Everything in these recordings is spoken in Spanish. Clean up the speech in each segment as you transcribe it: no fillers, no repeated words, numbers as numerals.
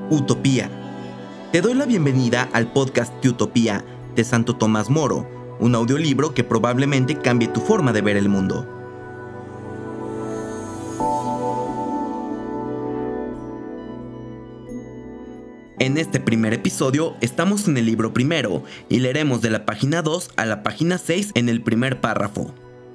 Utopía. Te doy la bienvenida al podcast de Utopía de Santo Tomás Moro, un audiolibro que probablemente cambie tu forma de ver el mundo. En este primer episodio estamos en el libro primero y leeremos de la página 2 a la página 6 en el primer párrafo.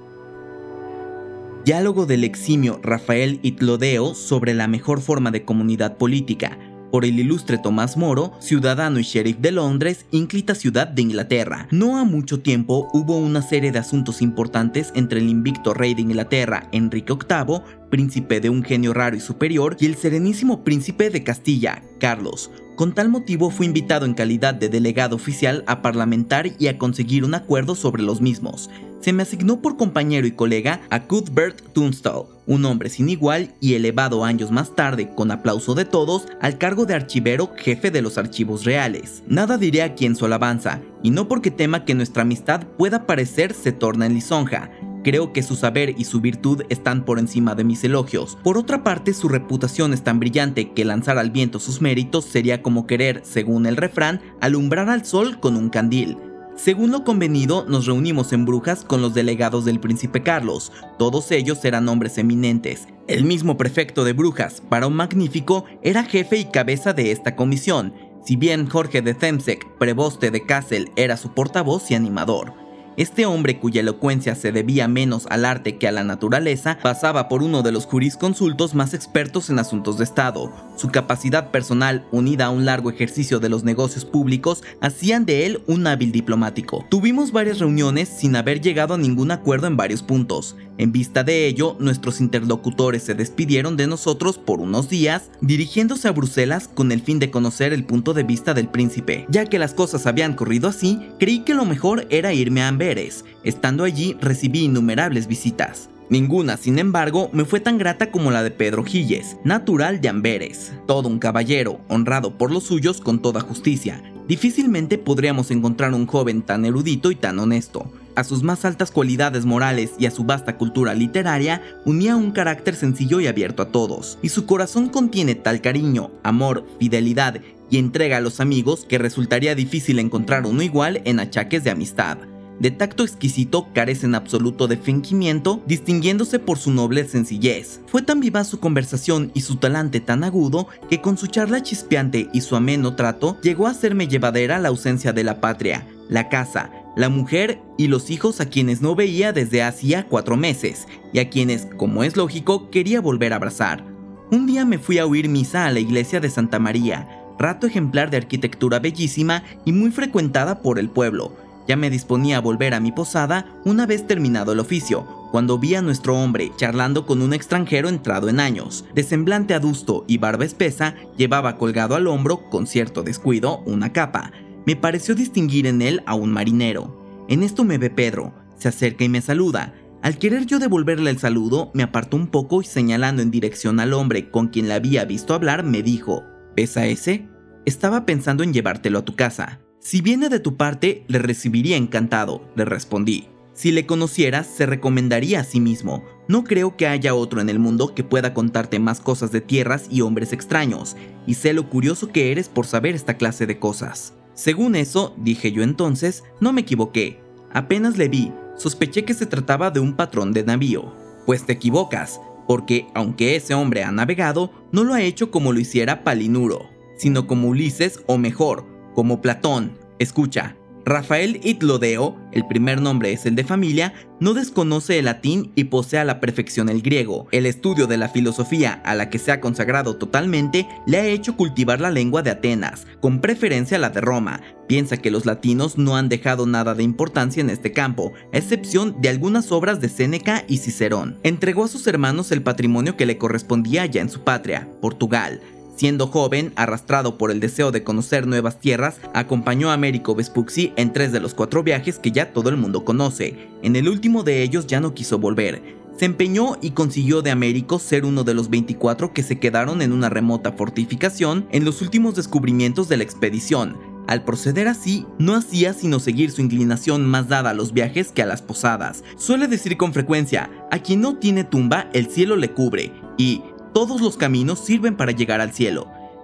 Diálogo del eximio Rafael Itlodeo sobre la mejor forma de comunidad política, por el ilustre Tomás Moro, ciudadano y sheriff de Londres, ínclita ciudad de Inglaterra. No ha mucho tiempo hubo una serie de asuntos importantes entre el invicto rey de Inglaterra, Enrique VIII, príncipe de un genio raro y superior, y el serenísimo príncipe de Castilla, Carlos. Con tal motivo fue invitado en calidad de delegado oficial a parlamentar y a conseguir un acuerdo sobre los mismos. Se me asignó por compañero y colega a Cuthbert Tunstall, un hombre sin igual y elevado años más tarde, con aplauso de todos, al cargo de archivero jefe de los archivos reales. Nada diré aquí en su alabanza, y no porque tema que nuestra amistad pueda parecer se torna en lisonja. Creo que su saber y su virtud están por encima de mis elogios. Por otra parte, su reputación es tan brillante que lanzar al viento sus méritos sería como querer, según el refrán, alumbrar al sol con un candil. Según lo convenido, nos reunimos en Brujas con los delegados del príncipe Carlos. Todos ellos eran hombres eminentes. El mismo prefecto de Brujas, varón magnífico, era jefe y cabeza de esta comisión, si bien Jorge de Zemsek, preboste de Kassel, era su portavoz y animador. Este hombre, cuya elocuencia se debía menos al arte que a la naturaleza, pasaba por uno de los jurisconsultos más expertos en asuntos de Estado. Su capacidad personal, unida a un largo ejercicio de los negocios públicos, hacían de él un hábil diplomático. Tuvimos varias reuniones sin haber llegado a ningún acuerdo en varios puntos. En vista de ello, nuestros interlocutores se despidieron de nosotros por unos días, dirigiéndose a Bruselas con el fin de conocer el punto de vista del príncipe. Ya que las cosas habían corrido así, creí que lo mejor era irme a Amberes. Estando allí, recibí innumerables visitas. Ninguna, sin embargo, me fue tan grata como la de Pedro Gilles, natural de Amberes. Todo un caballero, honrado por los suyos con toda justicia. Difícilmente podríamos encontrar un joven tan erudito y tan honesto. A sus más altas cualidades morales y a su vasta cultura literaria, unía un carácter sencillo y abierto a todos. Y su corazón contiene tal cariño, amor, fidelidad y entrega a los amigos que resultaría difícil encontrar uno igual en achaques de amistad. De tacto exquisito, carece en absoluto de fingimiento, distinguiéndose por su noble sencillez. Fue tan vivaz su conversación y su talante tan agudo que con su charla chispeante y su ameno trato llegó a hacerme llevadera la ausencia de la patria, la casa, la mujer y los hijos a quienes no veía desde hacía 4 meses y a quienes, como es lógico, quería volver a abrazar. Un día me fui a oír misa a la iglesia de Santa María, rato ejemplar de arquitectura bellísima y muy frecuentada por el pueblo. Ya me disponía a volver a mi posada una vez terminado el oficio, cuando vi a nuestro hombre charlando con un extranjero entrado en años. De semblante adusto y barba espesa, llevaba colgado al hombro, con cierto descuido, una capa. Me pareció distinguir en él a un marinero. En esto me ve Pedro, se acerca y me saluda. Al querer yo devolverle el saludo, me apartó un poco y señalando en dirección al hombre con quien la había visto hablar, me dijo: ¿ves a ese? Estaba pensando en llevártelo a tu casa. Si viene de tu parte, le recibiría encantado, le respondí. Si le conocieras, se recomendaría a sí mismo. No creo que haya otro en el mundo que pueda contarte más cosas de tierras y hombres extraños, y sé lo curioso que eres por saber esta clase de cosas. Según eso, dije yo entonces, no me equivoqué. Apenas le vi, sospeché que se trataba de un patrón de navío. Pues te equivocas, porque aunque ese hombre ha navegado, no lo ha hecho como lo hiciera Palinuro, sino como Ulises o mejor, como Platón. Escucha, Rafael Itlodeo, el primer nombre es el de familia, no desconoce el latín y posee a la perfección el griego. El estudio de la filosofía, a la que se ha consagrado totalmente, le ha hecho cultivar la lengua de Atenas, con preferencia la de Roma. Piensa que los latinos no han dejado nada de importancia en este campo, a excepción de algunas obras de Séneca y Cicerón. Entregó a sus hermanos el patrimonio que le correspondía ya en su patria, Portugal. Siendo joven, arrastrado por el deseo de conocer nuevas tierras, acompañó a Américo Vespucci en 3 de los 4 viajes que ya todo el mundo conoce. En el último de ellos ya no quiso volver. Se empeñó y consiguió de Américo ser uno de los 24 que se quedaron en una remota fortificación en los últimos descubrimientos de la expedición. Al proceder así, no hacía sino seguir su inclinación más dada a los viajes que a las posadas. Suele decir con frecuencia: a quien no tiene tumba, el cielo le cubre, y todos los caminos sirven para llegar al cielo.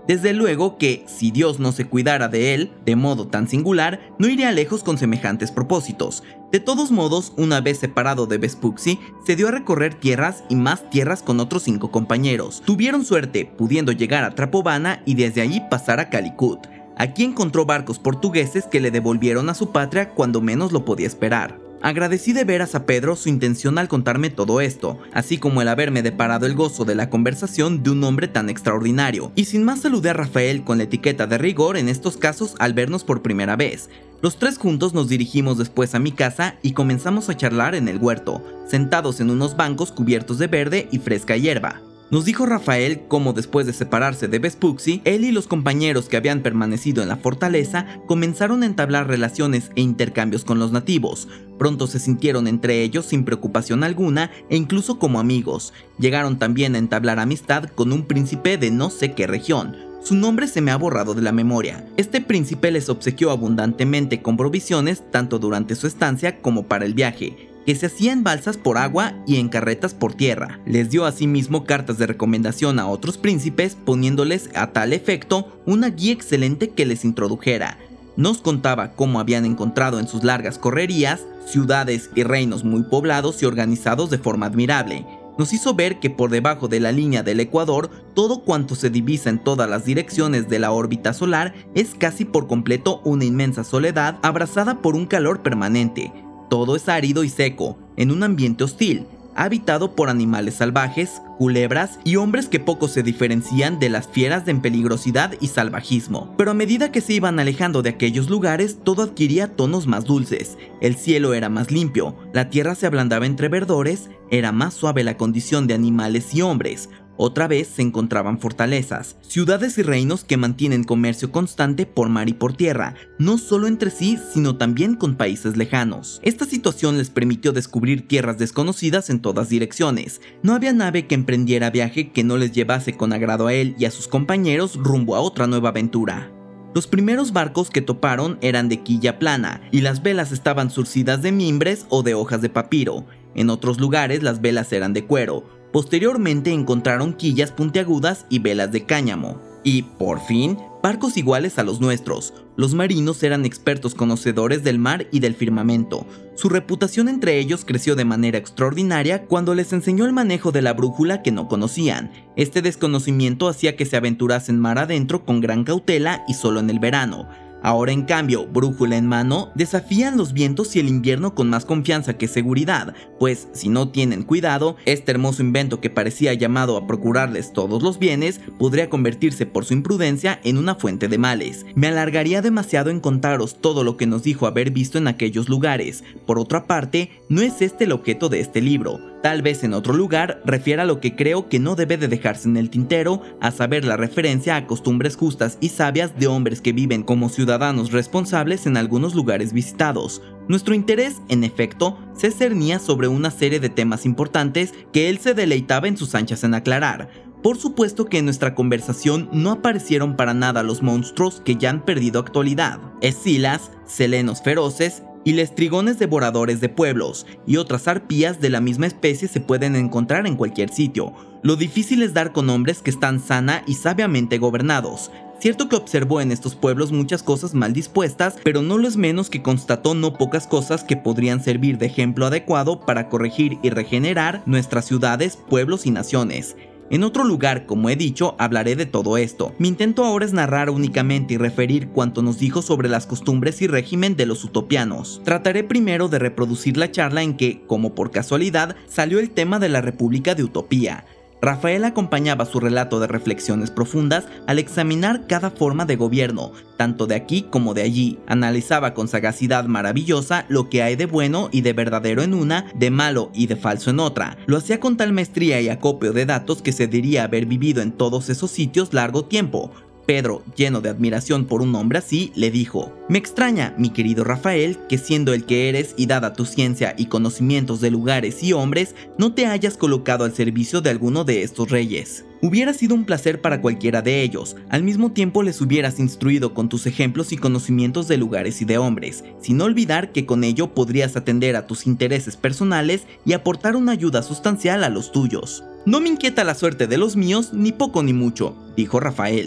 Desde luego que, si Dios no se cuidara de él de modo tan singular, no iría lejos con semejantes propósitos. De todos modos, una vez separado de Vespucci, se dio a recorrer tierras y más tierras con otros 5 compañeros. Tuvieron suerte, pudiendo llegar a Trapobana y desde allí pasar a Calicut. Aquí encontró barcos portugueses que le devolvieron a su patria cuando menos lo podía esperar. Agradecí de veras a Pedro su intención al contarme todo esto, así como el haberme deparado el gozo de la conversación de un hombre tan extraordinario, y sin más saludé a Rafael con la etiqueta de rigor en estos casos al vernos por primera vez. Los 3 juntos nos dirigimos después a mi casa y comenzamos a charlar en el huerto, sentados en unos bancos cubiertos de verde y fresca hierba. Nos dijo Rafael cómo después de separarse de Vespucci, él y los compañeros que habían permanecido en la fortaleza comenzaron a entablar relaciones e intercambios con los nativos. Pronto se sintieron entre ellos sin preocupación alguna e incluso como amigos. Llegaron también a entablar amistad con un príncipe de no sé qué región. Su nombre se me ha borrado de la memoria. Este príncipe les obsequió abundantemente con provisiones tanto durante su estancia como para el viaje, que se hacía en balsas por agua y en carretas por tierra. Les dio asimismo cartas de recomendación a otros príncipes, poniéndoles a tal efecto una guía excelente que les introdujera. Nos contaba cómo habían encontrado en sus largas correrías ciudades y reinos muy poblados y organizados de forma admirable. Nos hizo ver que por debajo de la línea del Ecuador, todo cuanto se divisa en todas las direcciones de la órbita solar es casi por completo una inmensa soledad abrazada por un calor permanente. Todo es árido y seco, en un ambiente hostil, habitado por animales salvajes, culebras y hombres que poco se diferencian de las fieras en peligrosidad y salvajismo. Pero a medida que se iban alejando de aquellos lugares, todo adquiría tonos más dulces. El cielo era más limpio, la tierra se ablandaba entre verdores, era más suave la condición de animales y hombres. Otra vez se encontraban fortalezas, ciudades y reinos que mantienen comercio constante por mar y por tierra, no solo entre sí, sino también con países lejanos. Esta situación les permitió descubrir tierras desconocidas en todas direcciones. No había nave que emprendiera viaje que no les llevase con agrado a él y a sus compañeros rumbo a otra nueva aventura. Los primeros barcos que toparon eran de quilla plana y las velas estaban surcidas de mimbres o de hojas de papiro. En otros lugares las velas eran de cuero. Posteriormente encontraron quillas puntiagudas y velas de cáñamo. Y, por fin, barcos iguales a los nuestros. Los marinos eran expertos conocedores del mar y del firmamento. Su reputación entre ellos creció de manera extraordinaria cuando les enseñó el manejo de la brújula que no conocían. Este desconocimiento hacía que se aventurasen mar adentro con gran cautela y solo en el verano. Ahora, en cambio, brújula en mano, desafían los vientos y el invierno con más confianza que seguridad, pues si no tienen cuidado, este hermoso invento que parecía llamado a procurarles todos los bienes, podría convertirse por su imprudencia en una fuente de males. Me alargaría demasiado en contaros todo lo que nos dijo haber visto en aquellos lugares. Por otra parte, no es este el objeto de este libro. Tal vez en otro lugar refiera lo que creo que no debe de dejarse en el tintero, a saber la referencia a costumbres justas y sabias de hombres que viven como ciudadanos responsables en algunos lugares visitados. Nuestro interés, en efecto, se cernía sobre una serie de temas importantes que él se deleitaba en sus anchas en aclarar. Por supuesto que en nuestra conversación no aparecieron para nada los monstruos que ya han perdido actualidad. Escilas, selenos feroces y lestrigones devoradores de pueblos, y otras arpías de la misma especie se pueden encontrar en cualquier sitio. Lo difícil es dar con hombres que están sana y sabiamente gobernados. Cierto que observó en estos pueblos muchas cosas mal dispuestas, pero no lo es menos que constató no pocas cosas que podrían servir de ejemplo adecuado para corregir y regenerar nuestras ciudades, pueblos y naciones. En otro lugar, como he dicho, hablaré de todo esto. Mi intento ahora es narrar únicamente y referir cuanto nos dijo sobre las costumbres y régimen de los utopianos. Trataré primero de reproducir la charla en que, como por casualidad, salió el tema de la República de Utopía. Rafael acompañaba su relato de reflexiones profundas al examinar cada forma de gobierno, tanto de aquí como de allí. Analizaba con sagacidad maravillosa lo que hay de bueno y de verdadero en una, de malo y de falso en otra. Lo hacía con tal maestría y acopio de datos que se diría haber vivido en todos esos sitios largo tiempo. Pedro, lleno de admiración por un hombre así, le dijo: «Me extraña, mi querido Rafael, que siendo el que eres y dada tu ciencia y conocimientos de lugares y hombres, no te hayas colocado al servicio de alguno de estos reyes. Hubiera sido un placer para cualquiera de ellos, al mismo tiempo les hubieras instruido con tus ejemplos y conocimientos de lugares y de hombres, sin olvidar que con ello podrías atender a tus intereses personales y aportar una ayuda sustancial a los tuyos». «No me inquieta la suerte de los míos, ni poco ni mucho», dijo Rafael.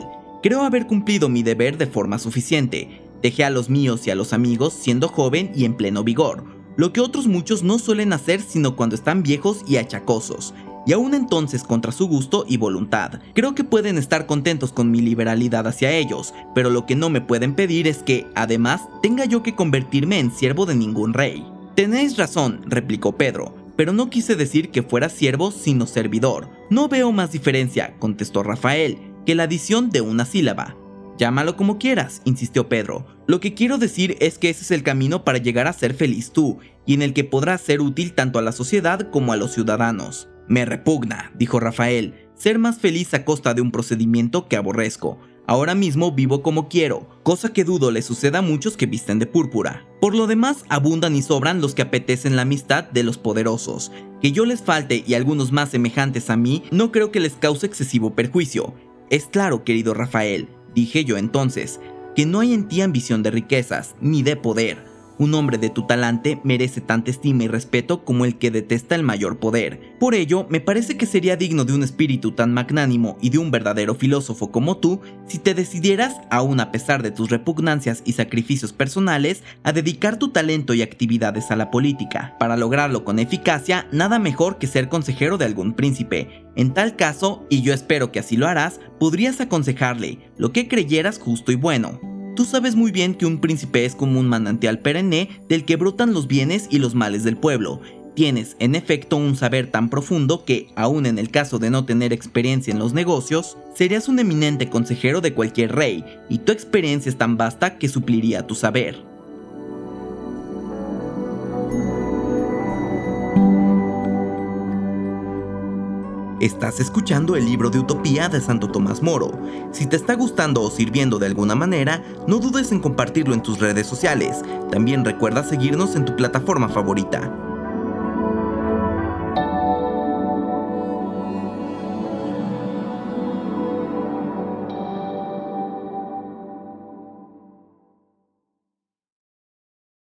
Creo haber cumplido mi deber de forma suficiente. Dejé a los míos y a los amigos siendo joven y en pleno vigor, lo que otros muchos no suelen hacer sino cuando están viejos y achacosos, y aún entonces contra su gusto y voluntad. Creo que pueden estar contentos con mi liberalidad hacia ellos, pero lo que no me pueden pedir es que, además, tenga yo que convertirme en siervo de ningún rey. Tenéis razón, replicó Pedro, pero no quise decir que fuera siervo sino servidor. No veo más diferencia, contestó Rafael, que la adición de una sílaba. Llámalo como quieras, insistió Pedro. Lo que quiero decir es que ese es el camino para llegar a ser feliz tú, y en el que podrás ser útil tanto a la sociedad como a los ciudadanos. Me repugna, dijo Rafael, ser más feliz a costa de un procedimiento que aborrezco. Ahora mismo vivo como quiero, cosa que dudo le suceda a muchos que visten de púrpura. Por lo demás, abundan y sobran los que apetecen la amistad de los poderosos. Que yo les falte y algunos más semejantes a mí, no creo que les cause excesivo perjuicio. Es claro, querido Rafael, dije yo entonces, que no hay en ti ambición de riquezas, ni de poder. Un hombre de tu talante merece tanta estima y respeto como el que detesta el mayor poder. Por ello, me parece que sería digno de un espíritu tan magnánimo y de un verdadero filósofo como tú, si te decidieras, aun a pesar de tus repugnancias y sacrificios personales, a dedicar tu talento y actividades a la política. Para lograrlo con eficacia, nada mejor que ser consejero de algún príncipe. En tal caso, y yo espero que así lo harás, podrías aconsejarle lo que creyeras justo y bueno. Tú sabes muy bien que un príncipe es como un manantial perenne del que brotan los bienes y los males del pueblo. Tienes, en efecto, un saber tan profundo que, aun en el caso de no tener experiencia en los negocios, serías un eminente consejero de cualquier rey, y tu experiencia es tan vasta que supliría tu saber. Estás escuchando el libro de Utopía de Santo Tomás Moro. Si te está gustando o sirviendo de alguna manera, no dudes en compartirlo en tus redes sociales. También recuerda seguirnos en tu plataforma favorita.